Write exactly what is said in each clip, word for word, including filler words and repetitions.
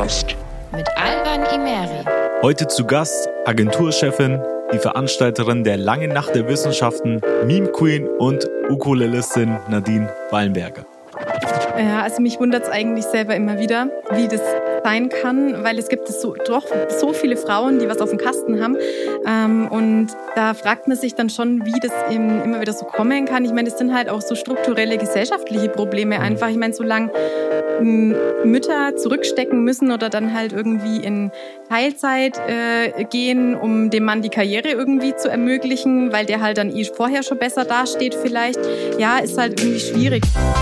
Podcast mit Alban Imeri. Heute zu Gast Agenturchefin, die Veranstalterin der Langen Nacht der Wissenschaften, Meme Queen und Ukulelistin Nadine Wallenberger. Ja, also mich wundert es eigentlich selber immer wieder, wie das sein kann, weil es gibt so, doch so viele Frauen, die was auf dem Kasten haben. Ähm, und da fragt man sich dann schon, wie das eben immer wieder so kommen kann. Ich meine, das sind halt auch so strukturelle gesellschaftliche Probleme einfach. Ich meine, solange m, Mütter zurückstecken müssen oder dann halt irgendwie in Teilzeit äh, gehen, um dem Mann die Karriere irgendwie zu ermöglichen, weil der halt dann eh vorher schon besser dasteht vielleicht, ja, ist halt irgendwie schwierig.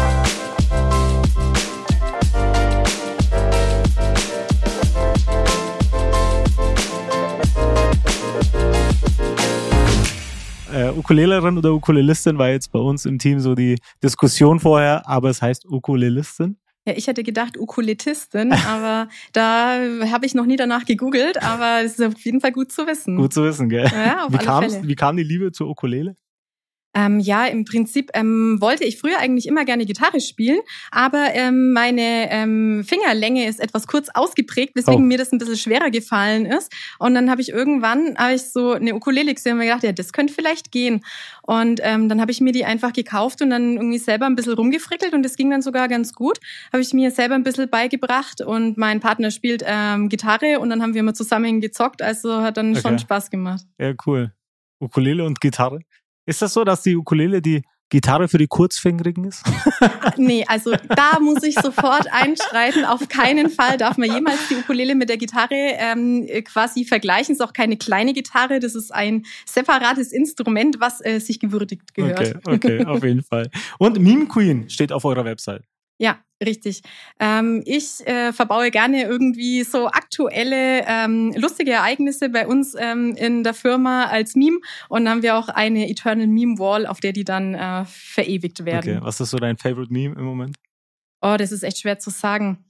Äh, Ukulelerin oder Ukulelistin war jetzt bei uns im Team so die Diskussion vorher, aber es heißt Ukulelistin. Ja, ich hätte gedacht Ukuletistin, aber da habe ich noch nie danach gegoogelt, aber es ist auf jeden Fall gut zu wissen. Gut zu wissen, gell? Ja, auf wie, alle kam's, Fälle. wie kam die Liebe zur Ukulele? Ähm, ja, im Prinzip ähm, wollte ich früher eigentlich immer gerne Gitarre spielen, aber ähm, meine ähm, Fingerlänge ist etwas kurz ausgeprägt, weswegen Oh. mir das ein bisschen schwerer gefallen ist. Und dann habe ich irgendwann hab ich so eine Ukulele gesehen und mir gedacht, ja, das könnte vielleicht gehen. Und ähm, dann habe ich mir die einfach gekauft und dann irgendwie selber ein bisschen rumgefrickelt und das ging dann sogar ganz gut. Habe ich mir selber ein bisschen beigebracht und mein Partner spielt ähm, Gitarre und dann haben wir immer zusammen gezockt, also hat dann Okay. schon Spaß gemacht. Ja, cool. Ukulele und Gitarre. Ist das so, dass die Ukulele die Gitarre für die Kurzfingerigen ist? Nee, also da muss ich sofort einschreiten. Auf keinen Fall darf man jemals die Ukulele mit der Gitarre ähm, quasi vergleichen. Es ist auch keine kleine Gitarre, das ist ein separates Instrument, was äh, sich gewürdigt gehört. Okay, okay, auf jeden Fall. Und Meme Queen steht auf eurer Website. Ja, richtig. Ähm, ich äh, verbaue gerne irgendwie so aktuelle, ähm, lustige Ereignisse bei uns ähm, in der Firma als Meme. Und dann haben wir auch eine Eternal Meme Wall, auf der die dann äh, verewigt werden. Okay, was ist so dein Favorite Meme im Moment? Oh, das ist echt schwer zu sagen.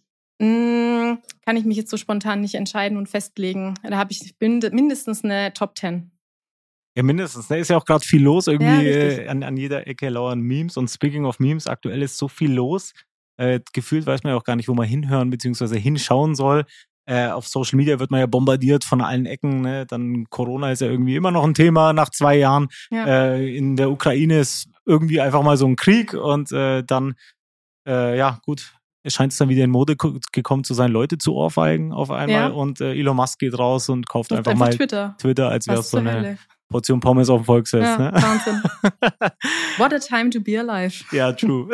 Hm, kann ich mich jetzt so spontan nicht entscheiden und festlegen. Da habe ich mindestens eine Top Ten. Ja, mindestens. Ne? Ist ja auch gerade viel los. Irgendwie Ja, richtig. äh, an, an jeder Ecke lauern Memes. Und speaking of Memes, aktuell ist so viel los. Äh, gefühlt weiß man ja auch gar nicht, wo man hinhören bzw. hinschauen soll. Äh, auf Social Media wird man ja bombardiert von allen Ecken. Ne? Dann Corona ist ja irgendwie immer noch ein Thema nach zwei Jahren. Ja. Äh, in der Ukraine ist irgendwie einfach mal so ein Krieg. Und äh, dann, äh, ja gut, es scheint es dann wieder in Mode ko- gekommen zu sein, Leute zu ohrfeigen auf einmal. Ja. Und äh, Elon Musk geht raus und kauft Auf einfach, einfach mal Twitter. Twitter, als wäre Was es so zur eine Hölle. Portion Pommes auf dem Volksfest. Ja, Ne? Wahnsinn. What a time to be alive. Ja, true.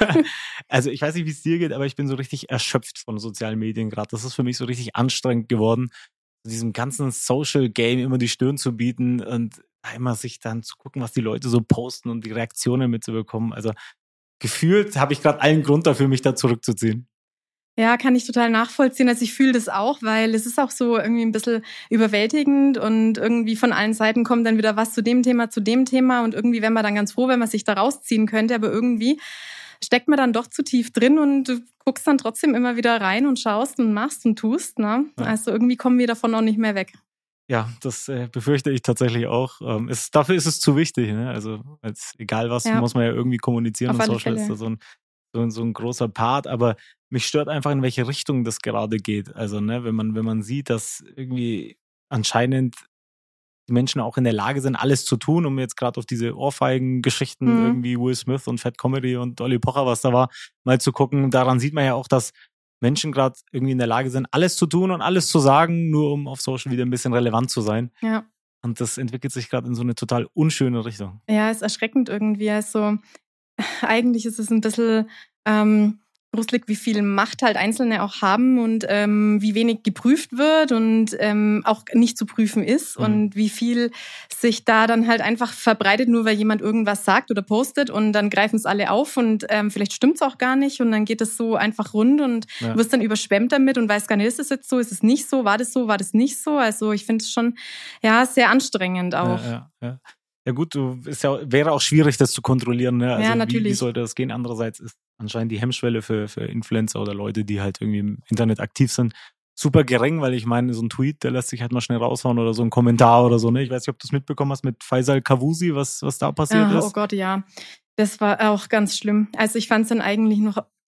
Also ich weiß nicht, wie es dir geht, aber ich bin so richtig erschöpft von sozialen Medien gerade. Das ist für mich so richtig anstrengend geworden, diesem ganzen Social Game immer die Stirn zu bieten und immer sich dann zu gucken, was die Leute so posten und die Reaktionen mitzubekommen. Also gefühlt habe ich gerade allen Grund dafür, mich da zurückzuziehen. Ja, kann ich total nachvollziehen. Also ich fühle das auch, weil es ist auch so irgendwie ein bisschen überwältigend und irgendwie von allen Seiten kommt dann wieder was zu dem Thema, zu dem Thema und irgendwie wäre man dann ganz froh, wenn man sich da rausziehen könnte, aber irgendwie steckt man dann doch zu tief drin und du guckst dann trotzdem immer wieder rein und schaust und machst und tust. Ne? Ja. Also irgendwie kommen wir davon auch nicht mehr weg. Ja, das äh, befürchte ich tatsächlich auch. Ähm, es, dafür ist es zu wichtig. Ne? Also als, egal was, Ja. muss man ja irgendwie kommunizieren Auf und alle Social ist Fälle. da so ein, so, ein, so ein großer Part. Aber mich stört einfach, in welche Richtung das gerade geht. Also ne, wenn man wenn man sieht, dass irgendwie anscheinend die Menschen auch in der Lage sind, alles zu tun, um jetzt gerade auf diese Ohrfeigen-Geschichten Mhm. irgendwie Will Smith und Fat Comedy und Olli Pocher, was da war, mal zu gucken. Daran sieht man ja auch, dass Menschen gerade irgendwie in der Lage sind, alles zu tun und alles zu sagen, nur um auf Social wieder ein bisschen relevant zu sein. Ja. Und das entwickelt sich gerade in so eine total unschöne Richtung. Ja, ist erschreckend irgendwie. Also eigentlich ist es ein bisschen ähm, gruselig, wie viel Macht halt Einzelne auch haben und ähm, wie wenig geprüft wird und ähm, auch nicht zu prüfen ist Mhm. und wie viel sich da dann halt einfach verbreitet, nur weil jemand irgendwas sagt oder postet und dann greifen es alle auf und ähm, vielleicht stimmt's auch gar nicht und dann geht es so einfach rund und Ja. du wirst dann überschwemmt damit und weißt gar nicht, ist es jetzt so, ist es nicht so, war das so, war das nicht so? Also ich finde es schon ja sehr anstrengend auch. Ja, ja, ja. Ja gut, du, ist ja, wäre auch schwierig, das zu kontrollieren. Ne? Also Ja, wie, natürlich. wie sollte das gehen? Andererseits ist anscheinend die Hemmschwelle für, für Influencer oder Leute, die halt irgendwie im Internet aktiv sind, super gering, weil ich meine, so ein Tweet, der lässt sich halt mal schnell raushauen oder so ein Kommentar oder so. Ne? Ich weiß nicht, ob du es mitbekommen hast mit Faisal Kavusi, was, was da passiert Ah, ist. oh Gott, ja. Das war auch ganz schlimm. Also ich fand es dann eigentlich noch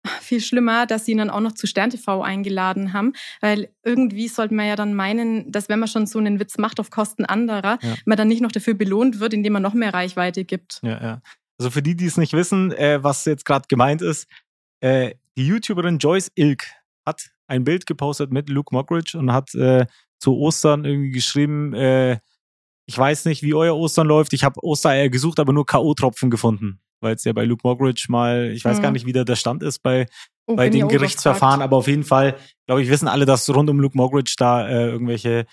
viel schlimmer, dass sie ihn dann auch noch zu Stern T V eingeladen haben, weil irgendwie sollte man ja dann meinen, dass wenn man schon so einen Witz macht auf Kosten anderer, ja. man dann nicht noch dafür belohnt wird, indem man noch mehr Reichweite gibt. Ja, ja. Also für die, die es nicht wissen, äh, was jetzt gerade gemeint ist, äh, die YouTuberin Joyce Ilk hat ein Bild gepostet mit Luke Mockridge und hat äh, zu Ostern irgendwie geschrieben, äh, ich weiß nicht, wie euer Ostern läuft, ich habe Ostereier gesucht, aber nur K O-Tropfen gefunden. Weil es ja bei Luke Mockridge mal, ich weiß hm. gar nicht, wie der Stand ist bei, oh, bei den Gerichtsverfahren, aber auf jeden Fall, glaube ich, wissen alle, dass rund um Luke Mockridge da äh, irgendwelche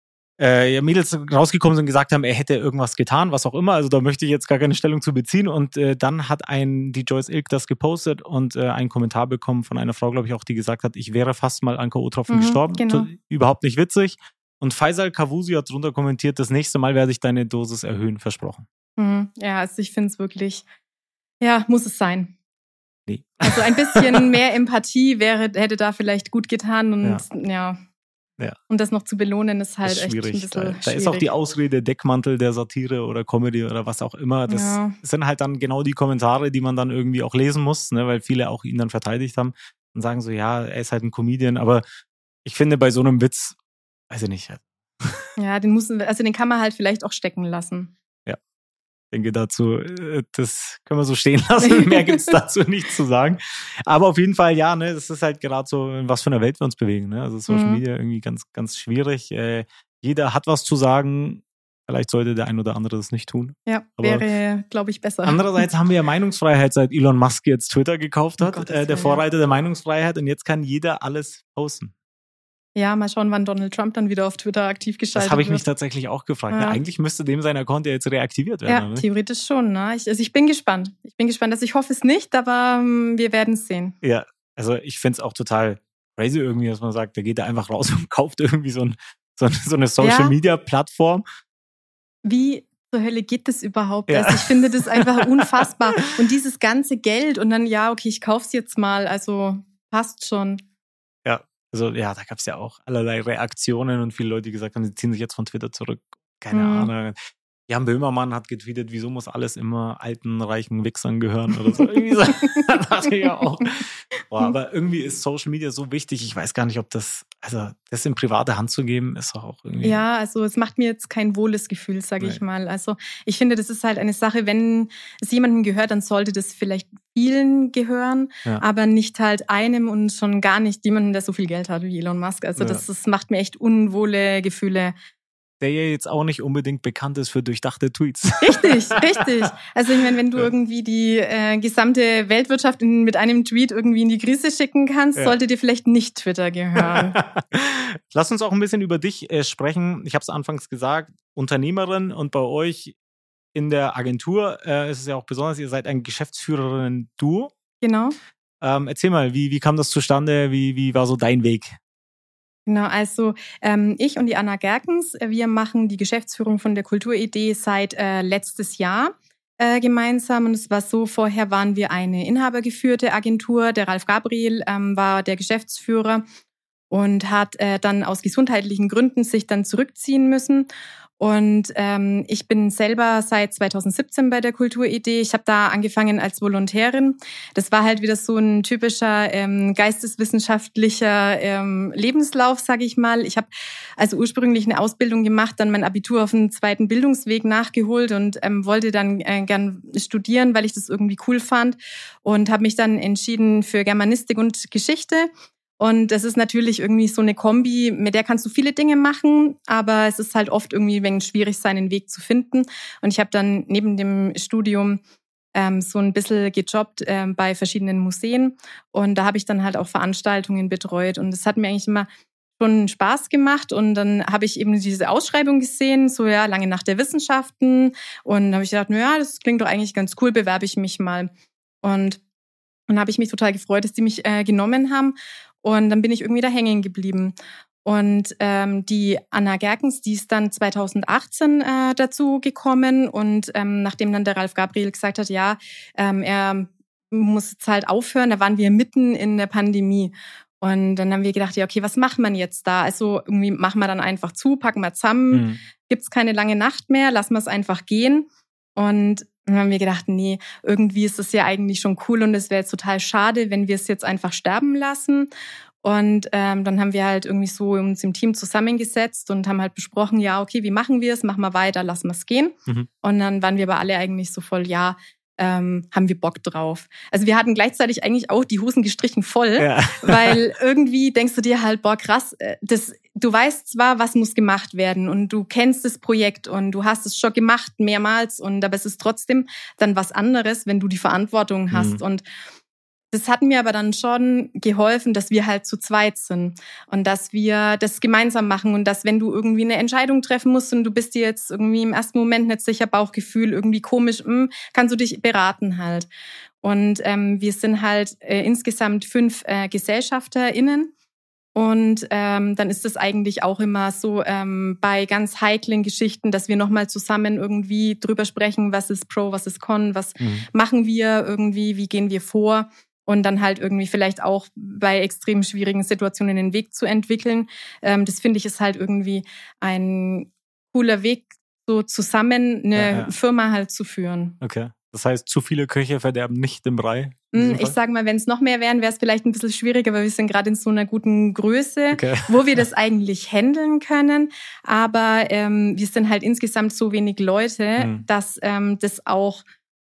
äh, Mädels rausgekommen sind und gesagt haben, er hätte irgendwas getan, was auch immer. Also da möchte ich jetzt gar keine Stellung zu beziehen. Und äh, dann hat ein die Joyce Ilk das gepostet und äh, einen Kommentar bekommen von einer Frau, glaube ich, auch, die gesagt hat, ich wäre fast mal an K O-Tropfen mhm, gestorben. Genau. Überhaupt nicht witzig. Und Faisal Kavusi hat drunter kommentiert, das nächste Mal werde ich deine Dosis erhöhen, versprochen. Mhm. Ja, also ich finde es wirklich... Ja, muss es sein. Nee. Also ein bisschen mehr Empathie wäre, hätte da vielleicht gut getan und ja. ja. ja. Und das noch zu belohnen ist halt ist echt schwierig. ein bisschen da, schwierig. Da ist auch die Ausrede Deckmantel der Satire oder Comedy oder was auch immer. Das ja. sind halt dann genau die Kommentare, die man dann irgendwie auch lesen muss, ne, weil viele auch ihn dann verteidigt haben und sagen so, ja, er ist halt ein Comedian, aber ich finde bei so einem Witz, weiß ich nicht. Ja, den muss, also den kann man halt vielleicht auch stecken lassen. Ich denke dazu, das können wir so stehen lassen. Mehr gibt es dazu nicht zu sagen. Aber auf jeden Fall, ja, ne, das ist halt gerade so, in was für einer Welt wir uns bewegen. Ne? Also Social mhm. Media irgendwie ganz, ganz schwierig. Äh, jeder hat was zu sagen. Vielleicht sollte der ein oder andere das nicht tun. Ja, aber wäre, glaube ich, besser. Andererseits haben wir ja Meinungsfreiheit, seit Elon Musk jetzt Twitter gekauft hat. Oh Gott, äh, der Vorreiter der Meinungsfreiheit. Und jetzt kann jeder alles posten. Ja, mal schauen, wann Donald Trump dann wieder auf Twitter aktiv geschaltet wird. Das habe ich mich tatsächlich auch gefragt. Ja. Ja, eigentlich müsste dem sein Account ja jetzt reaktiviert werden. Ja, oder? theoretisch schon. Ne? Ich, also ich bin gespannt. Ich bin gespannt. Also ich hoffe es nicht, aber um, wir werden es sehen. Ja, also ich finde es auch total crazy irgendwie, dass man sagt, der geht da einfach raus und kauft irgendwie so, ein, so, so eine Social-Media-Plattform. Wie zur Hölle geht das überhaupt? Ja. Also ich finde das einfach unfassbar. Und dieses ganze Geld und dann, ja, okay, ich kauf's jetzt mal. Also passt schon. Ja. Also ja, da gab es ja auch allerlei Reaktionen und viele Leute, die gesagt haben, sie ziehen sich jetzt von Twitter zurück. Keine mhm. Ahnung. Jan Böhmermann hat getweetet, wieso muss alles immer alten, reichen Wichsern gehören oder so. Irgendwie so. Das dachte ich ja auch. Boah, aber irgendwie ist Social Media so wichtig. Ich weiß gar nicht, ob das, also das in private Hand zu geben, ist doch auch irgendwie... Ja, also es macht mir jetzt kein wohles Gefühl, sage ich mal. Also ich finde, das ist halt eine Sache, wenn es jemandem gehört, dann sollte das vielleicht vielen gehören, ja. aber nicht halt einem und schon gar nicht jemandem, der so viel Geld hat wie Elon Musk. Also das, das macht mir echt unwohle Gefühle. Der ja jetzt auch nicht unbedingt bekannt ist für durchdachte Tweets. Richtig, richtig. Also ich meine, wenn du ja. irgendwie die äh, gesamte Weltwirtschaft in, mit einem Tweet irgendwie in die Krise schicken kannst, ja. sollte dir vielleicht nicht Twitter gehören. Lass uns auch ein bisschen über dich äh, sprechen. Ich habe es anfangs gesagt, Unternehmerin und bei euch in der Agentur äh, ist es ja auch besonders, ihr seid ein Geschäftsführerin-Duo. Genau. Ähm, erzähl mal, wie, wie kam das zustande? Wie, wie war so dein Weg? Genau, also ähm, ich und die Anna Gerkens, wir machen die Geschäftsführung von der Kulturidee seit äh, letztes Jahr äh, gemeinsam. Und es war so, vorher waren wir eine inhabergeführte Agentur. Der Ralf Gabriel ähm, war der Geschäftsführer und hat äh, dann aus gesundheitlichen Gründen sich dann zurückziehen müssen. Und ähm, ich bin selber seit zwanzig siebzehn bei der Kulturidee. Ich habe da angefangen als Volontärin. Das war halt wieder so ein typischer ähm, geisteswissenschaftlicher ähm, Lebenslauf, sage ich mal. Ich habe also ursprünglich eine Ausbildung gemacht, dann mein Abitur auf dem zweiten Bildungsweg nachgeholt und ähm, wollte dann äh, gern studieren, weil ich das irgendwie cool fand und habe mich dann entschieden für Germanistik und Geschichte. Und das ist natürlich irgendwie so eine Kombi, mit der kannst du viele Dinge machen, aber es ist halt oft irgendwie ein wenig schwierig, seinen Weg zu finden. Und ich habe dann neben dem Studium ähm, so ein bisschen gejobbt ähm, bei verschiedenen Museen. Und da habe ich dann halt auch Veranstaltungen betreut. Und das hat mir eigentlich immer schon Spaß gemacht. Und dann habe ich eben diese Ausschreibung gesehen, so ja, lange Nacht der Wissenschaften. Und dann habe ich gedacht, naja, das klingt doch eigentlich ganz cool, bewerbe ich mich mal. Und dann habe ich mich total gefreut, dass die mich äh, genommen haben. Und dann bin ich irgendwie da hängen geblieben. Und ähm, die Anna Gerkens, die ist dann zwanzig achtzehn äh, dazu gekommen. Und ähm, nachdem dann der Ralf Gabriel gesagt hat, ja, ähm, er muss jetzt halt aufhören, da waren wir mitten in der Pandemie. Und dann haben wir gedacht, ja, okay, was macht man jetzt da? Also irgendwie machen wir dann einfach zu, packen wir zusammen, mhm. gibt's keine lange Nacht mehr, lassen wir es einfach gehen. Und dann haben wir gedacht, nee, irgendwie ist es ja eigentlich schon cool und es wäre jetzt total schade, wenn wir es jetzt einfach sterben lassen. Und ähm, dann haben wir halt irgendwie so uns im Team zusammengesetzt und haben halt besprochen, ja, okay, wie machen wir es? Machen wir weiter, lassen wir es gehen. Mhm. Und dann waren wir aber alle eigentlich so voll, ja, ähm, haben wir Bock drauf. Also wir hatten gleichzeitig eigentlich auch die Hosen gestrichen voll, ja. Weil irgendwie denkst du dir halt, boah, krass, das, du weißt zwar, was muss gemacht werden und du kennst das Projekt und du hast es schon gemacht mehrmals, und aber es ist trotzdem dann was anderes, wenn du die Verantwortung hast. Mhm. Und das hat mir aber dann schon geholfen, dass wir halt zu zweit sind und dass wir das gemeinsam machen und dass, wenn du irgendwie eine Entscheidung treffen musst und du bist dir jetzt irgendwie im ersten Moment nicht sicher, Bauchgefühl, irgendwie komisch, mh, kannst du dich beraten halt. Und ähm, wir sind halt äh, insgesamt fünf äh, GesellschafterInnen. Und ähm, dann ist es eigentlich auch immer so ähm, bei ganz heiklen Geschichten, dass wir nochmal zusammen irgendwie drüber sprechen, was ist Pro, was ist Con, was mhm. machen wir irgendwie, wie gehen wir vor. Und dann halt irgendwie vielleicht auch bei extrem schwierigen Situationen den Weg zu entwickeln. Ähm, das finde ich ist halt irgendwie ein cooler Weg, so zusammen eine ja, ja. Firma halt zu führen. Okay. Das heißt, zu viele Köche verderben nicht den Brei? Ich sage mal, wenn es noch mehr wären, wäre es vielleicht ein bisschen schwieriger, weil wir sind gerade in so einer guten Größe, okay. wo wir das eigentlich handeln können. Aber ähm, wir sind halt insgesamt so wenig Leute, hm. dass ähm, das auch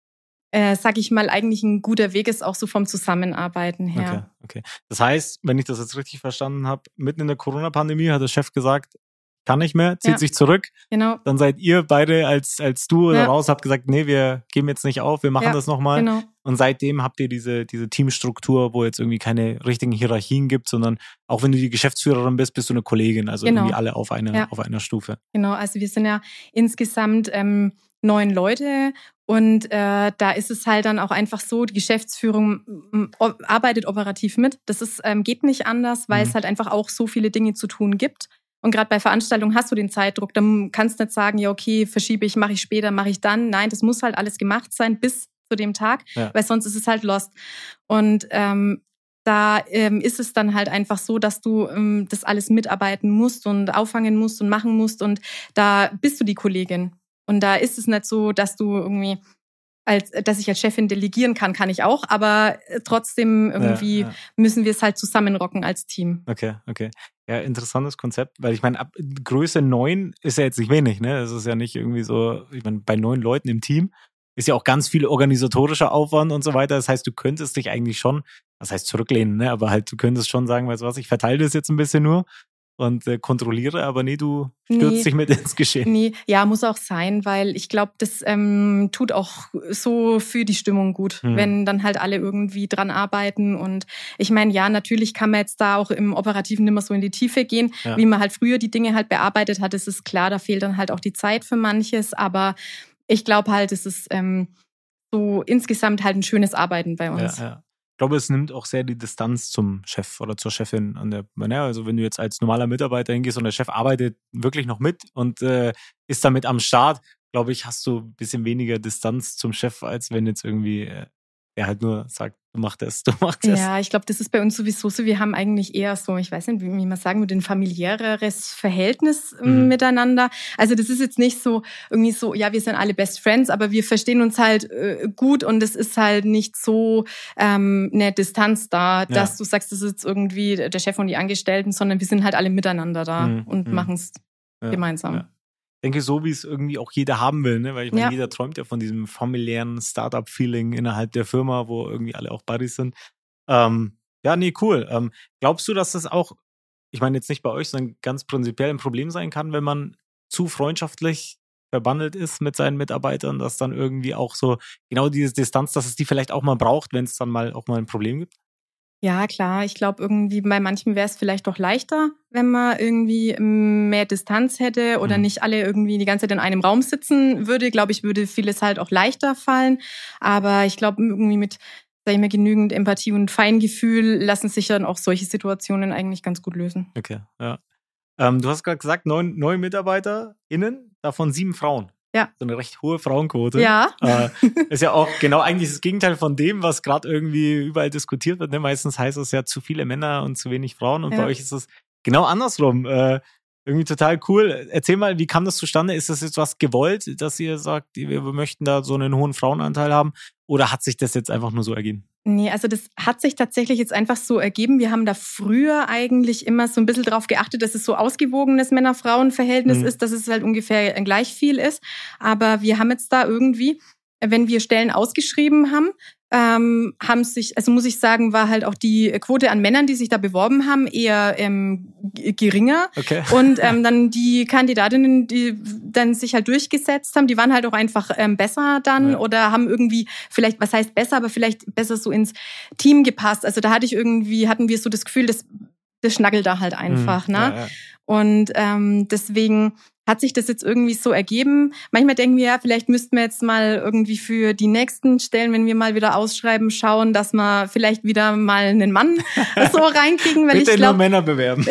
Äh, sag ich mal, eigentlich ein guter Weg ist, auch so vom Zusammenarbeiten her. Okay, okay. Das heißt, wenn ich das jetzt richtig verstanden habe, mitten in der Corona-Pandemie hat der Chef gesagt, kann nicht mehr, zieht ja. sich zurück. Genau. Dann seid ihr beide als als Duo ja. raus, habt gesagt, nee, wir geben jetzt nicht auf, wir machen ja, das nochmal. Genau. Und seitdem habt ihr diese diese Teamstruktur, wo jetzt irgendwie keine richtigen Hierarchien gibt, sondern auch wenn du die Geschäftsführerin bist, bist du eine Kollegin, also genau. irgendwie alle auf einer ja. auf einer Stufe. Genau, also wir sind ja insgesamt ähm, neun Leute. Und äh, da ist es halt dann auch einfach so, die Geschäftsführung m- o- arbeitet operativ mit. Das ist ähm, geht nicht anders, weil mhm. es halt einfach auch so viele Dinge zu tun gibt. Und gerade bei Veranstaltungen hast du den Zeitdruck. Dann kannst du nicht sagen, ja okay, verschiebe ich, mache ich später, mache ich dann. Nein, das muss halt alles gemacht sein bis zu dem Tag, ja. weil sonst ist es halt lost. Und ähm, da ähm, ist es dann halt einfach so, dass du ähm, das alles mitarbeiten musst und auffangen musst und machen musst. Und da bist du die Kollegin. Und da ist es nicht so, dass du irgendwie, als dass ich als Chefin delegieren kann, kann ich auch, aber trotzdem irgendwie ja, ja. müssen wir es halt zusammenrocken als Team. Okay, okay. Ja, interessantes Konzept, weil ich meine, ab Größe neun ist ja jetzt nicht wenig, ne? Es ist ja nicht irgendwie so, ich meine, bei neun Leuten im Team ist ja auch ganz viel organisatorischer Aufwand und so weiter. Das heißt, du könntest dich eigentlich schon, das heißt zurücklehnen, ne? Aber halt, du könntest schon sagen, weißt du was, ich verteile das jetzt ein bisschen nur und äh, kontrolliere, aber nee, du stürzt nee, dich mit ins Geschehen. Nee, ja, muss auch sein, weil ich glaube, das ähm, tut auch so für die Stimmung gut, hm. wenn dann halt alle irgendwie dran arbeiten. Und ich meine, ja, natürlich kann man jetzt da auch im Operativen nicht mehr so in die Tiefe gehen, ja. wie man halt früher die Dinge halt bearbeitet hat. Es ist klar, da fehlt dann halt auch die Zeit für manches, aber ich glaube halt, es ist ähm, so insgesamt halt ein schönes Arbeiten bei uns. Ja, ja. Ich glaube, es nimmt auch sehr die Distanz zum Chef oder zur Chefin an der, naja, also wenn du jetzt als normaler Mitarbeiter hingehst und der Chef arbeitet wirklich noch mit und äh, ist damit am Start, glaube ich, hast du ein bisschen weniger Distanz zum Chef, als wenn jetzt irgendwie äh, er halt nur sagt, du machst das, du machst das. Ja, ich glaube, das ist bei uns sowieso so. Wir haben eigentlich eher so, ich weiß nicht, wie man sagen würde, ein familiäreres Verhältnis mhm. miteinander. Also das ist jetzt nicht so irgendwie so, ja, wir sind alle Best Friends, aber wir verstehen uns halt äh, gut und es ist halt nicht so ähm, eine Distanz da, dass ja. du sagst, das ist jetzt irgendwie der Chef und die Angestellten, sondern wir sind halt alle miteinander da mhm. und mhm. machen es ja. gemeinsam. Ja. Ich denke, so wie es irgendwie auch jeder haben will, ne? Weil ich meine, ja. jeder träumt ja von diesem familiären Startup-Feeling innerhalb der Firma, wo irgendwie alle auch Buddies sind. Ähm, ja, nee, cool. Ähm, glaubst du, dass das auch, ich meine jetzt nicht bei euch, sondern ganz prinzipiell ein Problem sein kann, wenn man zu freundschaftlich verbandelt ist mit seinen Mitarbeitern, dass dann irgendwie auch so genau diese Distanz, dass es die vielleicht auch mal braucht, wenn es dann mal auch mal ein Problem gibt? Ja, klar. Ich glaube, irgendwie bei manchen wäre es vielleicht doch leichter, wenn man irgendwie mehr Distanz hätte oder mhm. nicht alle irgendwie die ganze Zeit in einem Raum sitzen würde. Glaube ich, würde vieles halt auch leichter fallen. Aber ich glaube, irgendwie mit, sag ich mal, genügend Empathie und Feingefühl lassen sich dann auch solche Situationen eigentlich ganz gut lösen. Okay, ja. Ähm, du hast gerade gesagt, neun, neun MitarbeiterInnen, davon sieben Frauen. Ja. So eine recht hohe Frauenquote. Ja. Äh, ist ja auch genau eigentlich das Gegenteil von dem, was gerade irgendwie überall diskutiert wird. Ne? Meistens heißt es ja zu viele Männer und zu wenig Frauen. Und ja. bei euch ist es genau andersrum. Äh, irgendwie total cool. Erzähl mal, wie kam das zustande? Ist das jetzt was gewollt, dass ihr sagt, wir möchten da so einen hohen Frauenanteil haben? Oder hat sich das jetzt einfach nur so ergeben? Nee, also das hat sich tatsächlich jetzt einfach so ergeben. Wir haben da früher eigentlich immer so ein bisschen drauf geachtet, dass es so ausgewogenes Männer-Frauen-Verhältnis mhm. ist, dass es halt ungefähr gleich viel ist. Aber wir haben jetzt da irgendwie, wenn wir Stellen ausgeschrieben haben, ähm, haben sich, also muss ich sagen, war halt auch die Quote an Männern, die sich da beworben haben, eher ähm, geringer. Okay. Und ähm, dann die Kandidatinnen, die dann sich halt durchgesetzt haben, die waren halt auch einfach ähm, besser dann ja. oder haben irgendwie vielleicht, was heißt besser, aber vielleicht besser so ins Team gepasst. Also da hatte ich irgendwie, hatten wir so das Gefühl, das, das schnackelt da halt einfach. Mhm. Ne? Ja, ja. Und ähm, deswegen hat sich das jetzt irgendwie so ergeben. Manchmal denken wir ja, vielleicht müssten wir jetzt mal irgendwie für die nächsten Stellen, wenn wir mal wieder ausschreiben, schauen, dass wir vielleicht wieder mal einen Mann so reinkriegen. Weil Bitte ich glaub, nur Männer bewerben.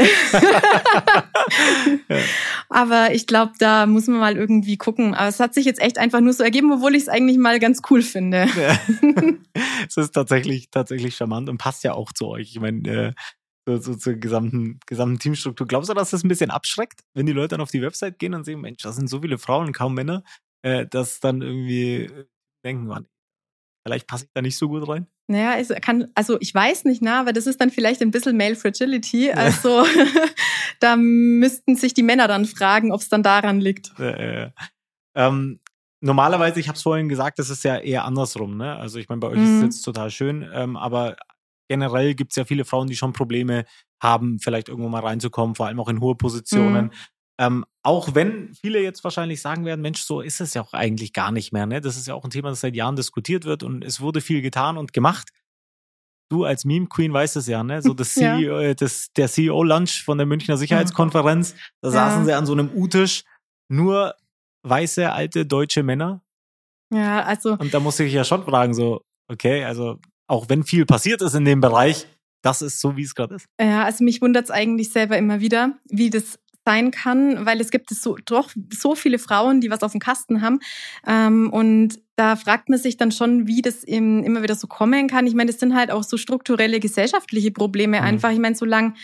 ja. Aber ich glaube, da muss man mal irgendwie gucken. Aber es hat sich jetzt echt einfach nur so ergeben, obwohl ich es eigentlich mal ganz cool finde. Ja. Es ist tatsächlich, tatsächlich charmant und passt ja auch zu euch. Ich meine, äh, So, so zur gesamten, gesamten Teamstruktur. Glaubst du, dass das ein bisschen abschreckt, wenn die Leute dann auf die Website gehen und sehen, Mensch, das sind so viele Frauen und kaum Männer, äh, dass dann irgendwie denken, man, vielleicht passe ich da nicht so gut rein? Naja, es kann, also ich weiß nicht, na, aber das ist dann vielleicht ein bisschen Male Fragility. Also da müssten sich die Männer dann fragen, ob es dann daran liegt. Äh, äh, ähm, normalerweise, ich habe es vorhin gesagt, das ist ja eher andersrum. Ne? Also ich meine, bei euch mhm. ist es jetzt total schön, ähm, aber generell gibt es ja viele Frauen, die schon Probleme haben, vielleicht irgendwo mal reinzukommen, vor allem auch in hohe Positionen. Mhm. Ähm, auch wenn viele jetzt wahrscheinlich sagen werden, Mensch, so ist es ja auch eigentlich gar nicht mehr. Ne? Das ist ja auch ein Thema, das seit Jahren diskutiert wird und es wurde viel getan und gemacht. Du als Meme-Queen weißt es ja, ne? So das ja. C E O, das, der C E O-Lunch von der Münchner Sicherheitskonferenz, da ja. saßen sie an so einem U-Tisch, nur weiße, alte, deutsche Männer. Ja, also. Und da musste ich ja schon fragen, so, okay, also auch wenn viel passiert ist in dem Bereich, das ist so, wie es gerade ist. Ja, also mich wundert es eigentlich selber immer wieder, wie das sein kann, weil es gibt es so doch so viele Frauen, die was auf dem Kasten haben. Ähm, und da fragt man sich dann schon, wie das eben immer wieder so kommen kann. Ich meine, das sind halt auch so strukturelle gesellschaftliche Probleme mhm. einfach. Ich meine, solange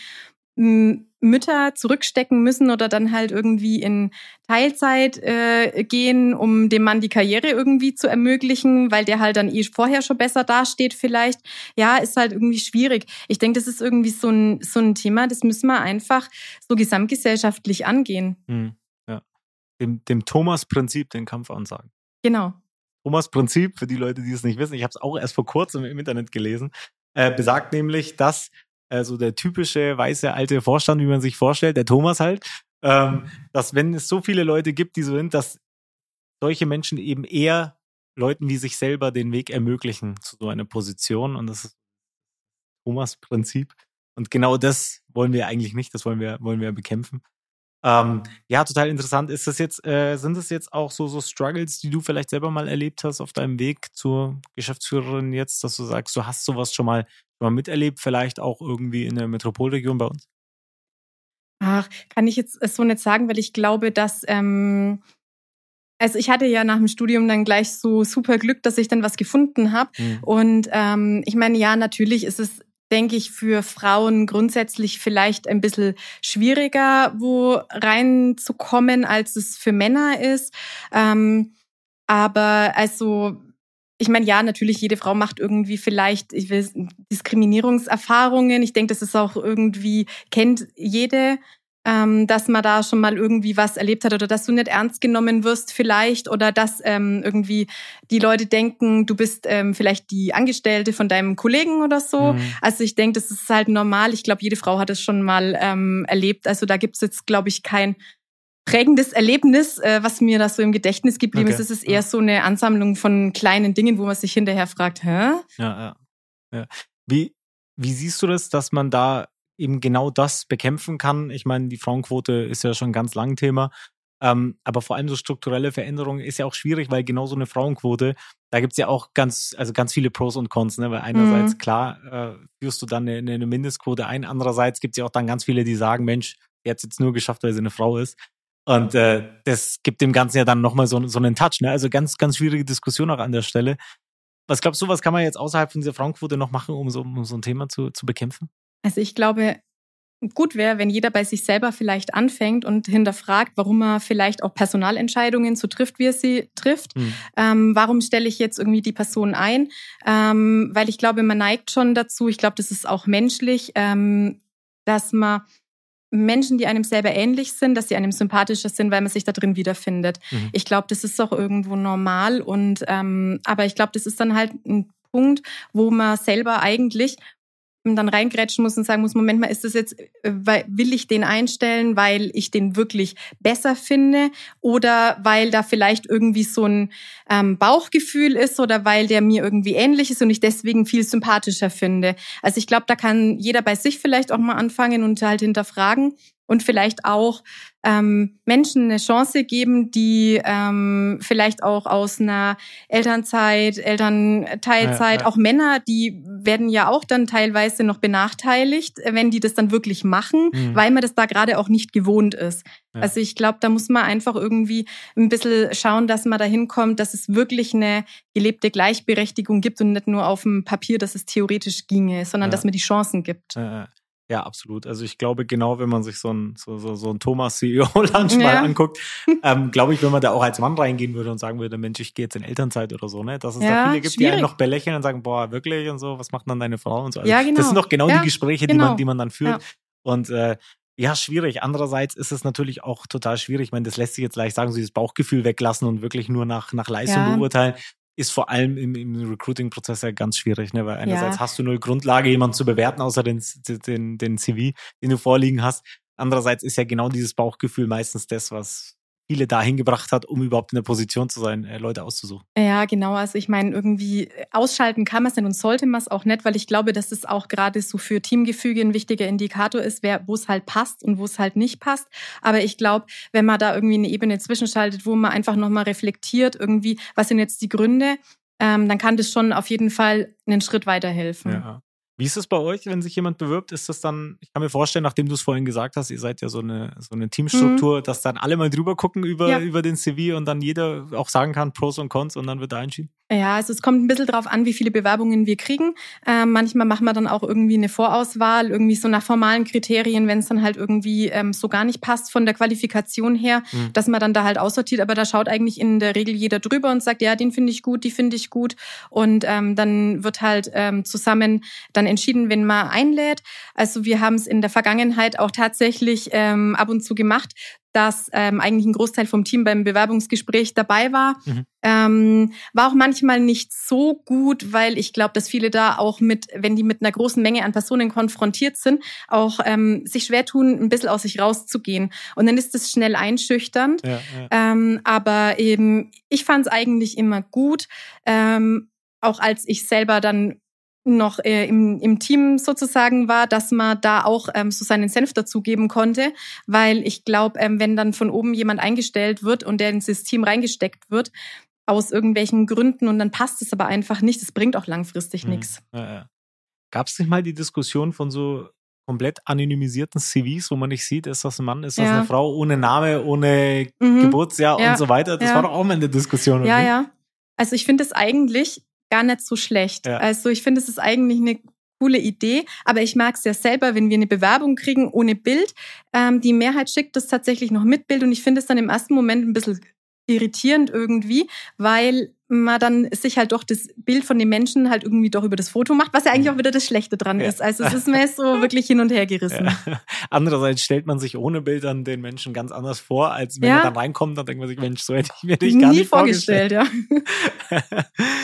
Mütter zurückstecken müssen oder dann halt irgendwie in Teilzeit äh, gehen, um dem Mann die Karriere irgendwie zu ermöglichen, weil der halt dann eh vorher schon besser dasteht vielleicht. Ja, ist halt irgendwie schwierig. Ich denke, das ist irgendwie so ein, so ein Thema, das müssen wir einfach so gesamtgesellschaftlich angehen. Hm, ja. Dem, dem Thomas-Prinzip den Kampf ansagen. Genau. Thomas-Prinzip, für die Leute, die es nicht wissen, ich habe es auch erst vor kurzem im Internet gelesen, äh, besagt nämlich, dass also der typische weiße alte Vorstand, wie man sich vorstellt, der Thomas halt, ähm, dass wenn es so viele Leute gibt, die so sind, dass solche Menschen eben eher Leuten wie sich selber den Weg ermöglichen zu so einer Position und das ist Thomas Prinzip und genau das wollen wir eigentlich nicht, das wollen wir wollen wir bekämpfen. Ähm, ja, total interessant. Ist das jetzt, äh, sind das jetzt auch so, so Struggles, die du vielleicht selber mal erlebt hast auf deinem Weg zur Geschäftsführerin jetzt, dass du sagst, du hast sowas schon mal, schon mal miterlebt, vielleicht auch irgendwie in der Metropolregion bei uns? Ach, kann ich jetzt so nicht sagen, weil ich glaube, dass, ähm, also ich hatte ja nach dem Studium dann gleich so super Glück, dass ich dann was gefunden habe. Mhm. Und ähm, ich meine, ja, natürlich ist es, denke ich, für Frauen grundsätzlich vielleicht ein bisschen schwieriger, wo reinzukommen, als es für Männer ist. Ähm, aber also, ich meine, ja, natürlich, jede Frau macht irgendwie vielleicht, ich will, Diskriminierungserfahrungen. Ich denke, das ist auch irgendwie, kennt jede, ähm, dass man da schon mal irgendwie was erlebt hat oder dass du nicht ernst genommen wirst vielleicht oder dass ähm, irgendwie die Leute denken, du bist ähm, vielleicht die Angestellte von deinem Kollegen oder so. Mhm. Also ich denke, das ist halt normal. Ich glaube, jede Frau hat es schon mal ähm, erlebt. Also da gibt's jetzt, glaube ich, kein prägendes Erlebnis, äh, was mir da so im Gedächtnis geblieben okay. ist. Es ist eher ja. so eine Ansammlung von kleinen Dingen, wo man sich hinterher fragt, hä? Ja, ja. ja. Wie, wie siehst du das, dass man da eben genau das bekämpfen kann? Ich meine, die Frauenquote ist ja schon ein ganz lang Thema, ähm, aber vor allem so strukturelle Veränderungen ist ja auch schwierig, weil genau so eine Frauenquote, da gibt's ja auch ganz, also ganz viele Pros und Cons, ne? Weil einerseits, mhm. klar, äh, führst du dann eine, eine Mindestquote ein, andererseits gibt's ja auch dann ganz viele, die sagen, Mensch, die hat's jetzt nur geschafft, weil sie eine Frau ist. Und äh, das gibt dem Ganzen ja dann nochmal so, so einen Touch, ne? Also ganz, ganz schwierige Diskussion auch an der Stelle. Was glaubst du, was kann man jetzt außerhalb von dieser Frauenquote noch machen, um so, um so ein Thema zu, zu bekämpfen? Also ich glaube, gut wäre, wenn jeder bei sich selber vielleicht anfängt und hinterfragt, warum er vielleicht auch Personalentscheidungen so trifft, wie er sie trifft. Mhm. Ähm, warum stelle ich jetzt irgendwie die Person ein? Ähm, weil ich glaube, man neigt schon dazu, ich glaube, das ist auch menschlich, ähm, dass man Menschen, die einem selber ähnlich sind, dass sie einem sympathischer sind, weil man sich da drin wiederfindet. Mhm. Ich glaube, das ist auch irgendwo normal. Und ähm, aber ich glaube, das ist dann halt ein Punkt, wo man selber eigentlich dann reingrätschen muss und sagen muss, Moment mal, ist das jetzt, weil, will ich den einstellen, weil ich den wirklich besser finde oder weil da vielleicht irgendwie so ein ähm, Bauchgefühl ist oder weil der mir irgendwie ähnlich ist und ich deswegen viel sympathischer finde. Also ich glaube, da kann jeder bei sich vielleicht auch mal anfangen und halt hinterfragen und vielleicht auch ähm, Menschen eine Chance geben, die ähm, vielleicht auch aus einer Elternzeit, Elternteilzeit, ja, ja. auch Männer, die werden ja auch dann teilweise noch benachteiligt, wenn die das dann wirklich machen, mhm. weil man das da gerade auch nicht gewohnt ist. Ja. Also ich glaube, da muss man einfach irgendwie ein bisschen schauen, dass man dahin kommt, dass es wirklich eine gelebte Gleichberechtigung gibt und nicht nur auf dem Papier, dass es theoretisch ginge, sondern ja. dass man die Chancen gibt. Ja. Ja, absolut. Also ich glaube, genau wenn man sich so ein so, so, so ein Thomas-C E O-Lunch mal ja. anguckt, ähm, glaube ich, wenn man da auch als Mann reingehen würde und sagen würde, Mensch, ich gehe jetzt in Elternzeit oder so, ne, dass es ja, da viele gibt, schwierig. Die einen noch belächeln und sagen, boah, wirklich und so, was macht dann deine Frau und so. Also ja, genau. Das sind doch genau ja, die Gespräche, genau. die man, die man dann führt. Ja. Und äh, ja, schwierig. Andererseits ist es natürlich auch total schwierig. Ich meine, das lässt sich jetzt leicht sagen, so dieses Bauchgefühl weglassen und wirklich nur nach nach Leistung ja. beurteilen. Ist vor allem im, im Recruiting-Prozess ja ganz schwierig, ne? Weil einerseits ja. hast du null Grundlage, jemanden zu bewerten, außer den, den, den C V, den du vorliegen hast. Andererseits ist ja genau dieses Bauchgefühl meistens das, was viele dahin gebracht hat, um überhaupt in der Position zu sein, Leute auszusuchen. Ja, genau. Also ich meine, irgendwie ausschalten kann man es nicht und sollte man es auch nicht, weil ich glaube, dass es auch gerade so für Teamgefüge ein wichtiger Indikator ist, wer, wo es halt passt und wo es halt nicht passt. Aber ich glaube, wenn man da irgendwie eine Ebene zwischenschaltet, wo man einfach nochmal reflektiert, irgendwie, was sind jetzt die Gründe, ähm, dann kann das schon auf jeden Fall einen Schritt weiterhelfen. Ja. Wie ist es bei euch, wenn sich jemand bewirbt? Ist das dann, ich kann mir vorstellen, nachdem du es vorhin gesagt hast, ihr seid ja so eine, so eine Teamstruktur, mhm. dass dann alle mal drüber gucken über, ja. über den C V und dann jeder auch sagen kann, Pros und Cons und dann wird da entschieden? Ja, also es kommt ein bisschen drauf an, wie viele Bewerbungen wir kriegen. Ähm, manchmal machen wir dann auch irgendwie eine Vorauswahl, irgendwie so nach formalen Kriterien, wenn es dann halt irgendwie ähm, so gar nicht passt von der Qualifikation her, mhm. dass man dann da halt aussortiert. Aber da schaut eigentlich in der Regel jeder drüber und sagt, ja, den finde ich gut, die finde ich gut. Und ähm, dann wird halt ähm, zusammen dann entschieden, wenn man einlädt. Also wir haben es in der Vergangenheit auch tatsächlich ähm, ab und zu gemacht, dass ähm, eigentlich ein Großteil vom Team beim Bewerbungsgespräch dabei war. Mhm. Ähm, war auch manchmal nicht so gut, weil ich glaube, dass viele da auch mit, wenn die mit einer großen Menge an Personen konfrontiert sind, auch ähm, sich schwer tun, ein bisschen aus sich rauszugehen. Und dann ist es schnell einschüchternd. Ja, ja. Ähm, aber eben, ich fand es eigentlich immer gut, ähm, auch als ich selber dann noch äh, im, im Team sozusagen war, dass man da auch ähm, so seinen Senf dazugeben konnte, weil ich glaube, ähm, wenn dann von oben jemand eingestellt wird und der ins System reingesteckt wird, aus irgendwelchen Gründen und dann passt es aber einfach nicht, das bringt auch langfristig mhm. nichts. Ja, ja. Gab es nicht mal die Diskussion von so komplett anonymisierten C Vs, wo man nicht sieht, ist das ein Mann, ist das ja. eine Frau, ohne Name, ohne mhm. Geburtsjahr ja. und so weiter? Das ja. war doch auch mal eine Diskussion. Ja, oder? ja. Also ich finde es eigentlich gar nicht so schlecht. Ja. Also ich finde, es ist eigentlich eine coole Idee, aber ich mag es ja selber, wenn wir eine Bewerbung kriegen ohne Bild. Ähm, die Mehrheit schickt das tatsächlich noch mit Bild und ich finde es dann im ersten Moment ein bisschen irritierend irgendwie, weil man dann sich halt doch das Bild von dem Menschen halt irgendwie doch über das Foto macht, was ja eigentlich auch wieder das Schlechte dran ja. ist. Also es ist mir so wirklich hin und her gerissen. Ja. Andererseits stellt man sich ohne Bildern den Menschen ganz anders vor, als wenn ja. er dann reinkommt, dann denkt man sich, Mensch, so hätte ich mir dich gar Nie nicht vorgestellt. vorgestellt. Ja,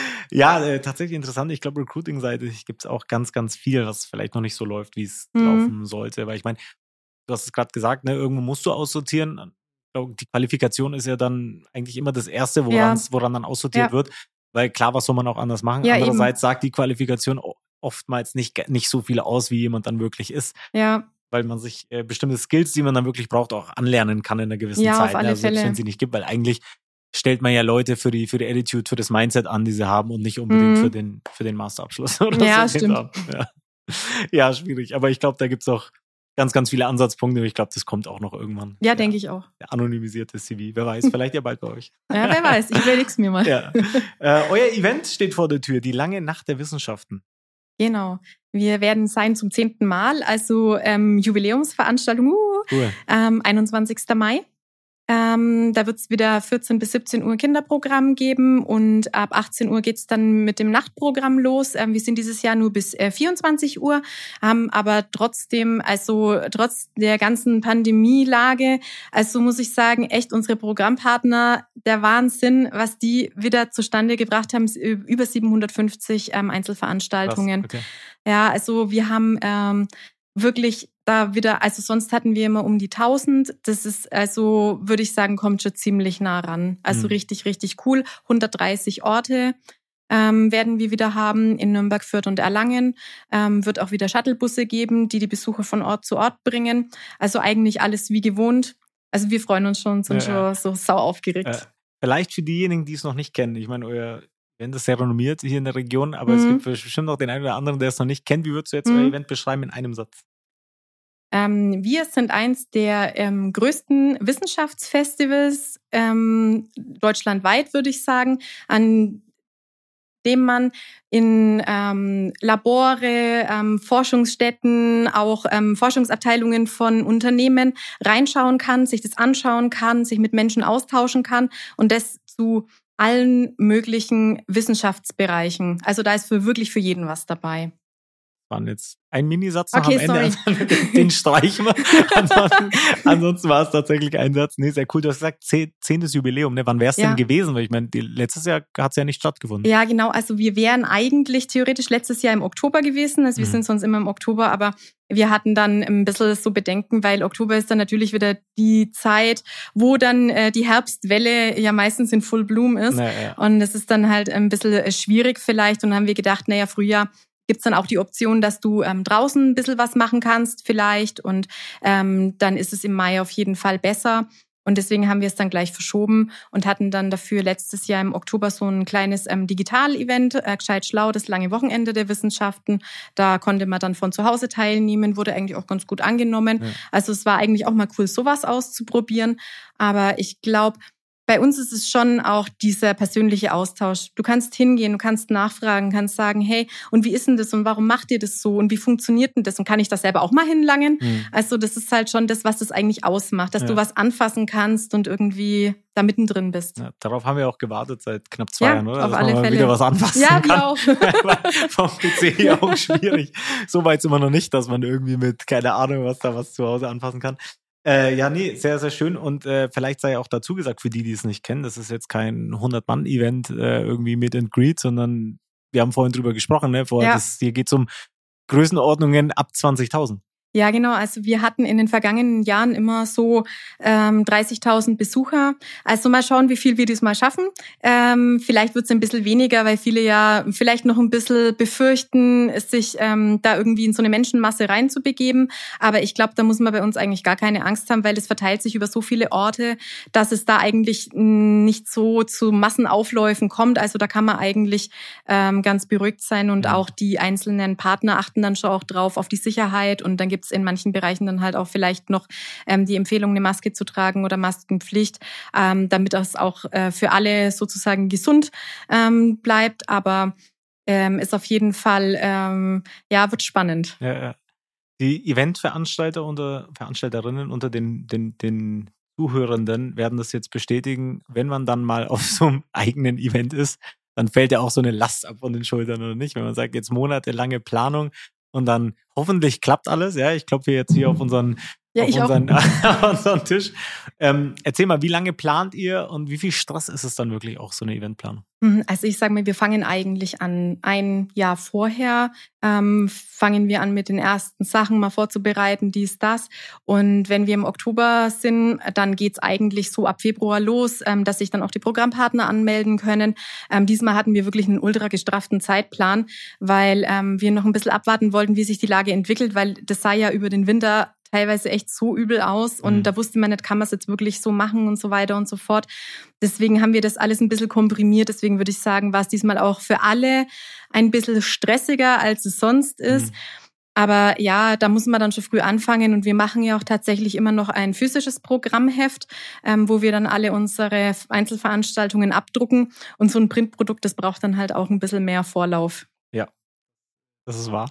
ja äh, tatsächlich interessant. Ich glaube, Recruiting-seitig gibt es auch ganz, ganz viel, was vielleicht noch nicht so läuft, wie es mhm. laufen sollte. Weil ich meine, du hast es gerade gesagt, ne, irgendwo musst du aussortieren. Die Qualifikation ist ja dann eigentlich immer das Erste, woran, ja. woran dann aussortiert ja. wird. Weil klar, was soll man auch anders machen? Ja, Andererseits eben. sagt die Qualifikation oftmals nicht, nicht so viel aus, wie jemand dann wirklich ist. Ja. Weil man sich äh, bestimmte Skills, die man dann wirklich braucht, auch anlernen kann in einer gewissen ja, Zeit. Auf alle also, selbst Fälle. wenn sie nicht gibt, weil eigentlich stellt man ja Leute für die, für die Attitude, für das Mindset an, die sie haben und nicht unbedingt mhm. für den, für den Masterabschluss oder ja, so. Stimmt. Ja. ja, schwierig. Aber ich glaube, da gibt's auch ganz, ganz viele Ansatzpunkte. Ich glaube, das kommt auch noch irgendwann. Ja, ja, denke ich auch. Der anonymisierte C V. Wer weiß, vielleicht ja bald bei euch. Ja, wer weiß. Ich überleg's mir mal. Ja. Äh, euer Event steht vor der Tür. Die lange Nacht der Wissenschaften. Genau. wir werden sein zum zehnten Mal, also ähm, Jubiläumsveranstaltung, uh, Cool. ähm, einundzwanzigsten Mai. Ähm, da wird es wieder vierzehn bis siebzehn Uhr Kinderprogramm geben und ab achtzehn Uhr geht's dann mit dem Nachtprogramm los. Ähm, wir sind dieses Jahr nur bis äh, vierundzwanzig Uhr, haben aber trotzdem, also trotz der ganzen Pandemielage, also muss ich sagen, echt unsere Programmpartner, der Wahnsinn, was die wieder zustande gebracht haben, über siebenhundertfünfzig ähm, Einzelveranstaltungen. Krass, okay. Ja, also wir haben ähm, wirklich da wieder, also sonst hatten wir immer um die tausend. Das ist also, würde ich sagen, kommt schon ziemlich nah ran. Also Mhm. richtig, richtig cool. hundertdreißig Orte ähm, werden wir wieder haben in Nürnberg, Fürth und Erlangen. Ähm, wird auch wieder Shuttlebusse geben, die die Besucher von Ort zu Ort bringen. Also eigentlich alles wie gewohnt. Also wir freuen uns schon, sind Ja, ja. schon so sau aufgeregt. Äh, vielleicht für diejenigen, die es noch nicht kennen. Ich meine, euer Event ist sehr renommiert hier in der Region, aber Mhm. es gibt bestimmt auch den einen oder anderen, der es noch nicht kennt. Wie würdest du jetzt Mhm. euer Event beschreiben in einem Satz? Ähm, wir sind eins der ähm, größten Wissenschaftsfestivals ähm, deutschlandweit, würde ich sagen, an dem man in ähm, Labore, ähm, Forschungsstätten, auch ähm, Forschungsabteilungen von Unternehmen reinschauen kann, sich das anschauen kann, sich mit Menschen austauschen kann und das zu allen möglichen Wissenschaftsbereichen. Also da ist für wirklich für jeden was dabei. Waren jetzt ein Minisatz noch Okay, am Ende, sorry. also den, den streichen wir. Ansonsten, ansonsten war es tatsächlich ein Satz. Nee, sehr cool. Du hast gesagt, zehn, zehntes Jubiläum. Ne? Wann wäre es Ja. denn gewesen? Weil ich meine, die, letztes Jahr hat es ja nicht stattgefunden. Ja, genau. Also wir wären eigentlich theoretisch letztes Jahr im Oktober gewesen. Also wir Mhm. sind sonst immer im Oktober, aber wir hatten dann ein bisschen so Bedenken, weil Oktober ist dann natürlich wieder die Zeit, wo dann äh, die Herbstwelle ja meistens in Full Bloom ist. Ja, ja. Und es ist dann halt ein bisschen schwierig vielleicht. Und dann haben wir gedacht, naja, Frühjahr gibt's dann auch die Option, dass du ähm, draußen ein bisschen was machen kannst vielleicht. Und ähm, dann ist es im Mai auf jeden Fall besser. Und deswegen haben wir es dann gleich verschoben und hatten dann dafür letztes Jahr im Oktober so ein kleines ähm, Digital-Event, äh, gescheit schlau, das lange Wochenende der Wissenschaften. Da konnte man dann von zu Hause teilnehmen, wurde eigentlich auch ganz gut angenommen. Ja. Also es war eigentlich auch mal cool, sowas auszuprobieren. Aber ich glaube, bei uns ist es schon auch dieser persönliche Austausch. Du kannst hingehen, du kannst nachfragen, kannst sagen, hey, und wie ist denn das und warum macht ihr das so und wie funktioniert denn das und kann ich das selber auch mal hinlangen? Mhm. Also das ist halt schon das, was das eigentlich ausmacht, dass Ja. du was anfassen kannst und irgendwie da mittendrin bist. Ja, darauf haben wir auch gewartet seit knapp zwei Ja, Jahren, oder? auf Dass alle man mal Fälle. wieder was anfassen Ja, kann. wir auch. Vom P C her auch schwierig. So weit sind wir noch nicht, dass man irgendwie mit, keine Ahnung, was da was zu Hause anfassen kann. Äh, ja, nee, sehr, sehr schön. Und äh, vielleicht sei auch dazu gesagt, für die, die es nicht kennen, das ist jetzt kein hundert-Mann-Event äh, irgendwie mit and greet, sondern wir haben vorhin drüber gesprochen, ne? Vorher, Ja. das, hier geht es um Größenordnungen ab zwanzigtausend. Ja, genau. Also wir hatten in den vergangenen Jahren immer so ähm, dreißigtausend Besucher. Also mal schauen, wie viel wir diesmal schaffen. Ähm, vielleicht wird es ein bisschen weniger, weil viele ja vielleicht noch ein bisschen befürchten, sich ähm, da irgendwie in so eine Menschenmasse reinzubegeben. Aber ich glaube, da muss man bei uns eigentlich gar keine Angst haben, weil es verteilt sich über so viele Orte, dass es da eigentlich nicht so zu Massenaufläufen kommt. Also da kann man eigentlich ähm, ganz beruhigt sein und Mhm. auch die einzelnen Partner achten dann schon auch drauf auf die Sicherheit und dann gibt in manchen Bereichen dann halt auch vielleicht noch ähm, die Empfehlung, eine Maske zu tragen oder Maskenpflicht, ähm, damit das auch äh, für alle sozusagen gesund ähm, bleibt. Aber ähm, ist auf jeden Fall, ähm, ja, wird spannend. Ja, ja. Die Eventveranstalter unter Veranstalterinnen unter den, den, den Zuhörenden werden das jetzt bestätigen, wenn man dann mal auf so einem eigenen Event ist, dann fällt ja auch so eine Last ab von den Schultern, oder nicht? Wenn man sagt, jetzt monatelange Planung und dann hoffentlich klappt alles. Ja, ich klopfe jetzt hier auf unseren, Ja, auf ich auch. unseren, auf unseren Tisch. Ähm, erzähl mal, wie lange plant ihr und wie viel Stress ist es dann wirklich auch, so eine Eventplanung? Also ich sage mal, wir fangen eigentlich an, ein Jahr vorher ähm, fangen wir an mit den ersten Sachen mal vorzubereiten, dies, das. Und wenn wir im Oktober sind, dann geht's eigentlich so ab Februar los, ähm, dass sich dann auch die Programmpartner anmelden können. Ähm, diesmal hatten wir wirklich einen ultra gestrafften Zeitplan, weil ähm, wir noch ein bisschen abwarten wollten, wie sich die Lage entwickelt, weil das sah ja über den Winter teilweise echt so übel aus und Mhm. da wusste man nicht, kann man es jetzt wirklich so machen und so weiter und so fort. Deswegen haben wir das alles ein bisschen komprimiert. Deswegen würde ich sagen, war es diesmal auch für alle ein bisschen stressiger, als es sonst ist. Mhm. Aber ja, da muss man dann schon früh anfangen und wir machen ja auch tatsächlich immer noch ein physisches Programmheft, ähm, wo wir dann alle unsere Einzelveranstaltungen abdrucken und so ein Printprodukt, das braucht dann halt auch ein bisschen mehr Vorlauf. Ja, das ist wahr.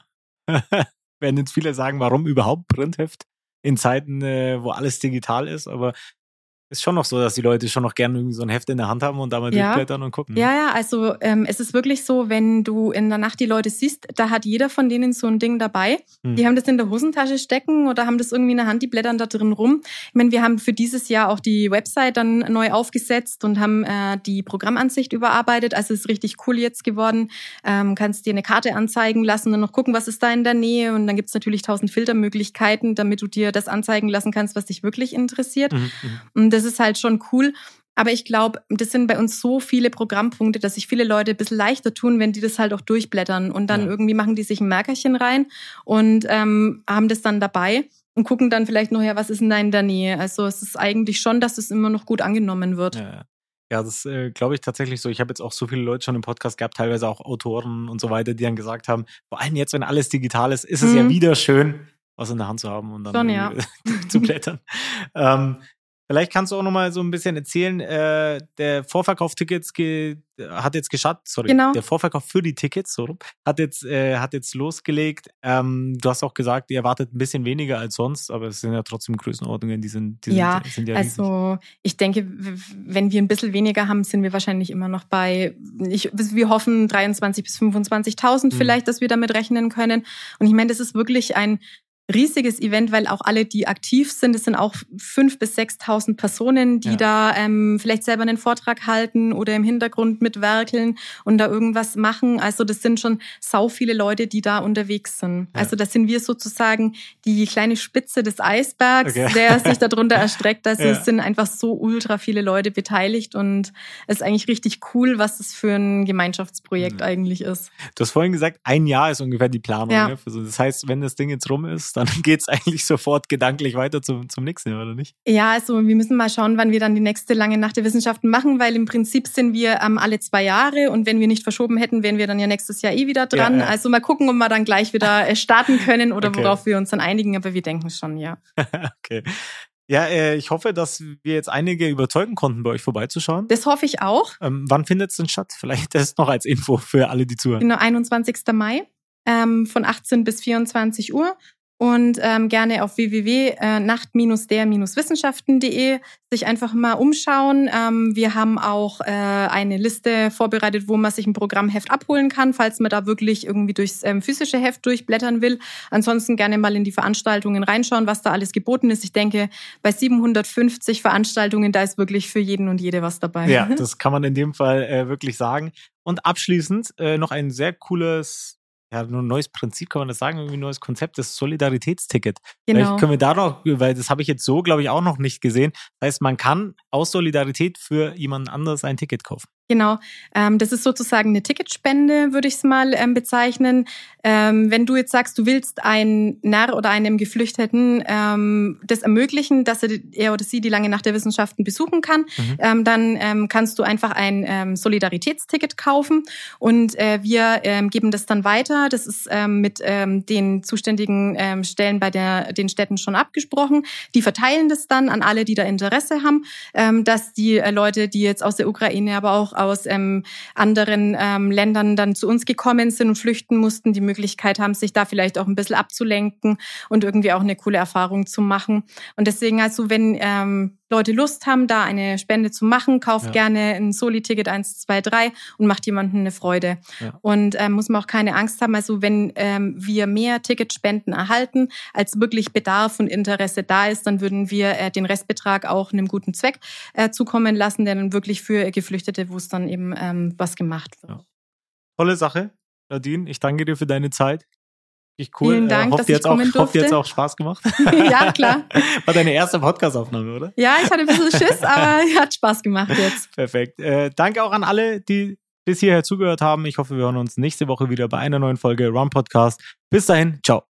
Werden jetzt viele sagen, warum überhaupt Printheft in Zeiten, äh, wo alles digital ist, aber ist schon noch so, dass die Leute schon noch gerne irgendwie so ein Heft in der Hand haben und da mal Ja. durchblättern und gucken. Ja, ja, also ähm, es ist wirklich so, wenn du in der Nacht die Leute siehst, da hat jeder von denen so ein Ding dabei. Hm. Die haben das in der Hosentasche stecken oder haben das irgendwie in der Hand, die blättern da drin rum. Ich meine, wir haben für dieses Jahr auch die Website dann neu aufgesetzt und haben äh, die Programmansicht überarbeitet. Also es ist richtig cool jetzt geworden. Ähm, kannst dir eine Karte anzeigen lassen und noch gucken, was ist da in der Nähe. Und dann gibt's natürlich tausend Filtermöglichkeiten, damit du dir das anzeigen lassen kannst, was dich wirklich interessiert. Mhm, mhm. Und das ist halt schon cool. Aber ich glaube, das sind bei uns so viele Programmpunkte, dass sich viele Leute ein bisschen leichter tun, wenn die das halt auch durchblättern. Und dann Ja. irgendwie machen die sich ein Merkerchen rein und ähm, haben das dann dabei und gucken dann vielleicht noch, ja, was ist denn da in der Nähe? Also es ist eigentlich schon, dass es immer noch gut angenommen wird. Ja, ja. Ja, das äh, glaube ich tatsächlich so. Ich habe jetzt auch so viele Leute schon im Podcast gehabt, teilweise auch Autoren und so weiter, die dann gesagt haben, vor allem jetzt, wenn alles digital ist, ist es Mhm. ja wieder schön, was in der Hand zu haben und dann Schon, ja. irgendwie zu blättern. ähm, vielleicht kannst du auch noch mal so ein bisschen erzählen, äh, der Vorverkauf-Tickets ge- hat jetzt gestartet, sorry, Genau. der Vorverkauf für die Tickets, so rum, hat jetzt, äh, hat jetzt losgelegt. Ähm, du hast auch gesagt, ihr erwartet ein bisschen weniger als sonst, aber es sind ja trotzdem Größenordnungen, die sind, die Ja, sind, sind ja riesig. Also ich denke, w- wenn wir ein bisschen weniger haben, sind wir wahrscheinlich immer noch bei, ich, wir hoffen dreiundzwanzigtausend bis fünfundzwanzigtausend Mhm. vielleicht, dass wir damit rechnen können. Und ich meine, das ist wirklich ein riesiges Event, weil auch alle, die aktiv sind, es sind auch fünftausend bis sechstausend Personen, die Ja. da ähm, vielleicht selber einen Vortrag halten oder im Hintergrund mitwerkeln und da irgendwas machen. Also das sind schon sau viele Leute, die da unterwegs sind. Ja. Also das sind wir sozusagen die kleine Spitze des Eisbergs, Okay. der sich darunter erstreckt. Also Ja. es sind einfach so ultra viele Leute beteiligt und es ist eigentlich richtig cool, was das für ein Gemeinschaftsprojekt Ja. eigentlich ist. Du hast vorhin gesagt, ein Jahr ist ungefähr die Planung. Ja. Ne? Für so- Das heißt, wenn das Ding jetzt rum ist, dann geht's eigentlich sofort gedanklich weiter zum, zum nächsten Jahr, oder nicht? Ja, also wir müssen mal schauen, wann wir dann die nächste lange Nacht der Wissenschaften machen, weil im Prinzip sind wir ähm, alle zwei Jahre und wenn wir nicht verschoben hätten, wären wir dann ja nächstes Jahr eh wieder dran. Ja, ja. Also mal gucken, ob wir dann gleich wieder äh, starten können oder Okay. worauf wir uns dann einigen, aber wir denken schon, ja. Okay. Ja, äh, ich hoffe, dass wir jetzt einige überzeugen konnten, bei euch vorbeizuschauen. Das hoffe ich auch. Ähm, wann findet es denn statt? Vielleicht das noch als Info für alle, die zuhören. Genau, einundzwanzigsten Mai ähm, von achtzehn bis vierundzwanzig Uhr. Und ähm, gerne auf w w w punkt nacht der wissenschaften punkt de sich einfach mal umschauen. Ähm, wir haben auch äh, eine Liste vorbereitet, wo man sich ein Programmheft abholen kann, falls man da wirklich irgendwie durchs ähm, physische Heft durchblättern will. Ansonsten gerne mal in die Veranstaltungen reinschauen, was da alles geboten ist. Ich denke, bei siebenhundertfünfzig Veranstaltungen, da ist wirklich für jeden und jede was dabei. Ja, das kann man in dem Fall äh, wirklich sagen. Und abschließend äh, noch ein sehr cooles, ja, nur ein neues Prinzip, kann man das sagen, irgendwie ein neues Konzept, das Solidaritätsticket. Genau. Vielleicht können wir da noch, weil das habe ich jetzt so, glaube ich, auch noch nicht gesehen. Das heißt, man kann aus Solidarität für jemanden anders ein Ticket kaufen. Genau, ähm, das ist sozusagen eine Ticketspende, würde ich es mal ähm, bezeichnen. Ähm, wenn du jetzt sagst, du willst ein Narr oder einem Geflüchteten ähm, das ermöglichen, dass er, er oder sie die lange Nacht der Wissenschaften besuchen kann, Mhm. ähm, dann ähm, kannst du einfach ein ähm, Solidaritätsticket kaufen und äh, wir ähm, geben das dann weiter. Das ist ähm, mit ähm, den zuständigen ähm, Stellen bei der, den Städten schon abgesprochen. Die verteilen das dann an alle, die da Interesse haben, ähm, dass die äh, Leute, die jetzt aus der Ukraine, aber auch aus ähm, anderen ähm, Ländern dann zu uns gekommen sind und flüchten mussten, die Möglichkeit haben, sich da vielleicht auch ein bisschen abzulenken und irgendwie auch eine coole Erfahrung zu machen. Und deswegen also, wenn ähm, Leute Lust haben, da eine Spende zu machen, kauft Ja. gerne ein Soli-Ticket eins, zwei, drei und macht jemandem eine Freude. Ja. Und ähm, muss man auch keine Angst haben. Also wenn ähm, wir mehr Ticketspenden erhalten, als wirklich Bedarf und Interesse da ist, dann würden wir äh, den Restbetrag auch einem guten Zweck äh, zukommen lassen, der dann wirklich für Geflüchtete, wo es dann eben ähm, was gemacht wird. Ja. Tolle Sache, Nadine. Ich danke dir für deine Zeit. Richtig cool. Vielen Dank, äh, hofft dass dir ich jetzt auch, kommen hofft dir jetzt durfte. auch Spaß gemacht. Ja, klar. War deine erste Podcast-Aufnahme, oder? Ja, ich hatte ein bisschen Schiss, aber hat Spaß gemacht jetzt. Perfekt. Äh, danke auch an alle, die bis hierher zugehört haben. Ich hoffe, wir hören uns nächste Woche wieder bei einer neuen Folge Run Podcast. Bis dahin, ciao.